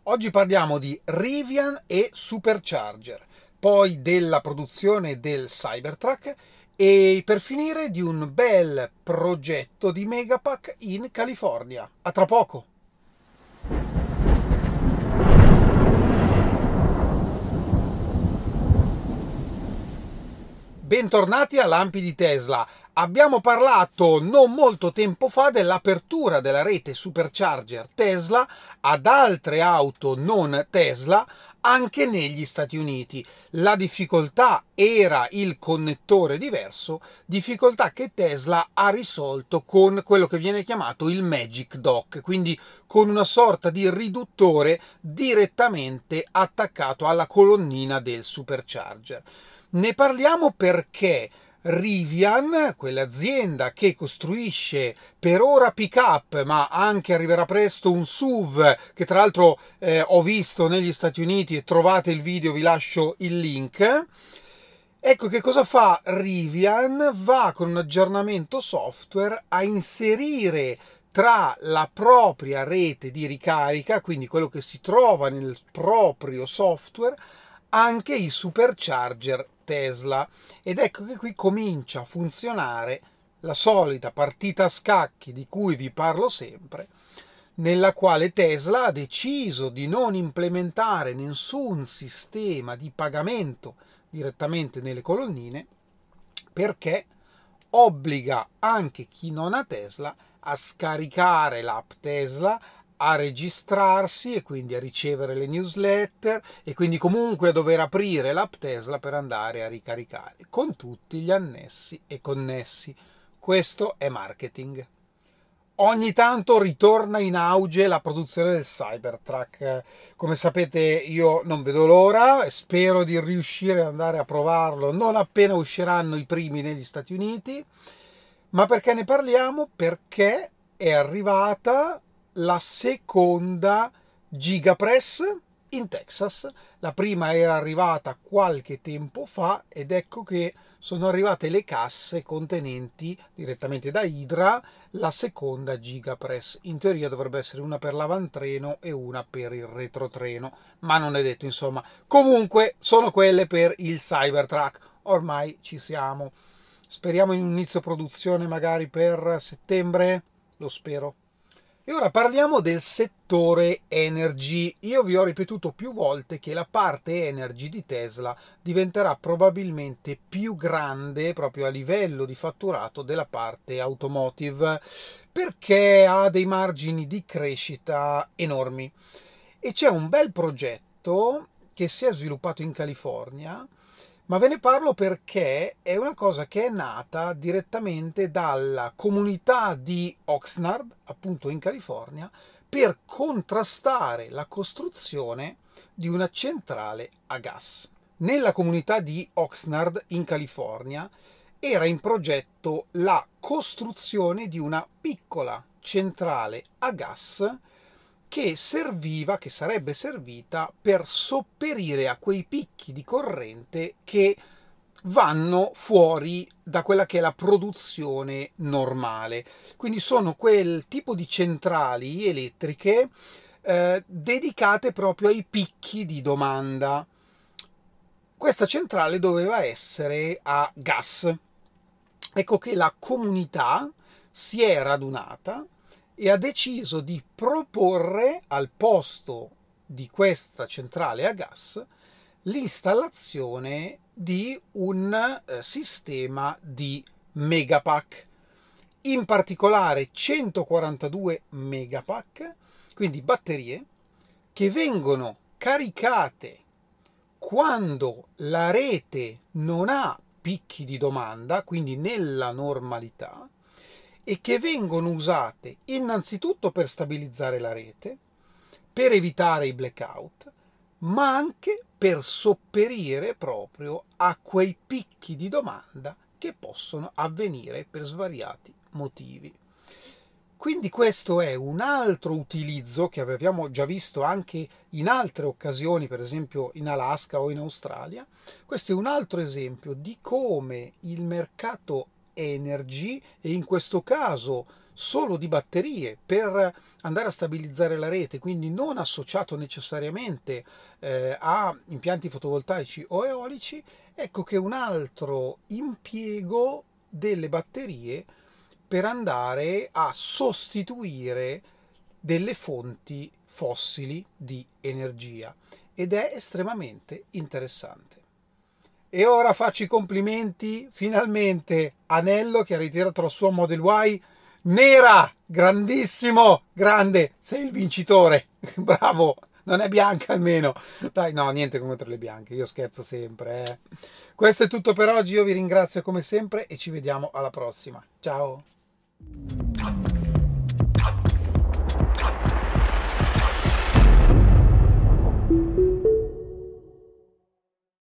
Oggi parliamo di Rivian e Supercharger, poi della produzione del Cybertruck e per finire di un bel progetto di Megapack in California. A tra poco! Bentornati a Lampi di Tesla. Abbiamo parlato non molto tempo fa dell'apertura della rete Supercharger Tesla ad altre auto non Tesla anche negli Stati Uniti. La difficoltà era il connettore diverso, difficoltà che Tesla ha risolto con quello che viene chiamato il Magic Dock, quindi con una sorta di riduttore direttamente attaccato alla colonnina del Supercharger. Ne parliamo perché Rivian, quell'azienda che costruisce per ora pick-up, ma anche arriverà presto un SUV, che tra l'altro ho visto negli Stati Uniti e trovate il video, vi lascio il link. Ecco che cosa fa Rivian? Va con un aggiornamento software a inserire tra la propria rete di ricarica, quindi quello che si trova nel proprio software, anche i supercharger Tesla. Ed ecco che qui comincia a funzionare la solita partita a scacchi di cui vi parlo sempre, nella quale Tesla ha deciso di non implementare nessun sistema di pagamento direttamente nelle colonnine, perché obbliga anche chi non ha Tesla a scaricare l'app Tesla, a registrarsi e quindi a ricevere le newsletter e quindi comunque a dover aprire l'app Tesla per andare a ricaricare, con tutti gli annessi e connessi. Questo è marketing. Ogni tanto ritorna in auge la produzione del Cybertruck. Come sapete io non vedo l'ora e spero di riuscire ad andare a provarlo non appena usciranno i primi negli Stati Uniti. Ma perché ne parliamo? Perché è arrivata la seconda Gigapress in Texas. La prima era arrivata qualche tempo fa ed ecco che sono arrivate le casse contenenti direttamente da Hydra la seconda Gigapress. In teoria dovrebbe essere una per l'avantreno e una per il retrotreno, ma non è detto, insomma. Comunque sono quelle per il Cybertruck. Ormai ci siamo. Speriamo in un inizio produzione magari per settembre, lo spero. E ora parliamo del settore energy. Io vi ho ripetuto più volte che la parte energy di Tesla diventerà probabilmente più grande proprio a livello di fatturato della parte automotive, perché ha dei margini di crescita enormi. E c'è un bel progetto che si è sviluppato in California, ma ve ne parlo perché è una cosa che è nata direttamente dalla comunità di Oxnard, appunto in California, per contrastare la costruzione di una centrale a gas. Nella comunità di Oxnard in California era in progetto la costruzione di una piccola centrale a gas che sarebbe servita per sopperire a quei picchi di corrente che vanno fuori da quella che è la produzione normale. Quindi sono quel tipo di centrali elettriche dedicate proprio ai picchi di domanda. Questa centrale doveva essere a gas. Ecco che la comunità si è radunata e ha deciso di proporre al posto di questa centrale a gas l'installazione di un sistema di Megapack, in particolare 142 Megapack, quindi batterie che vengono caricate quando la rete non ha picchi di domanda, quindi nella normalità, e che vengono usate innanzitutto per stabilizzare la rete, per evitare i blackout, ma anche per sopperire proprio a quei picchi di domanda che possono avvenire per svariati motivi. Quindi questo è un altro utilizzo che avevamo già visto anche in altre occasioni, per esempio in Alaska o in Australia. Questo è un altro esempio di come il mercato energy, e in questo caso solo di batterie per andare a stabilizzare la rete, quindi non associato necessariamente a impianti fotovoltaici o eolici, ecco che un altro impiego delle batterie per andare a sostituire delle fonti fossili di energia, ed è estremamente interessante. E ora faccio i complimenti, finalmente Anello che ha ritirato la sua Model Y nera, grandissimo, grande, sei il vincitore, bravo, non è bianca almeno, dai, no, niente contro le bianche, io scherzo sempre, eh. Questo è tutto per oggi, io vi ringrazio come sempre e ci vediamo alla prossima, ciao.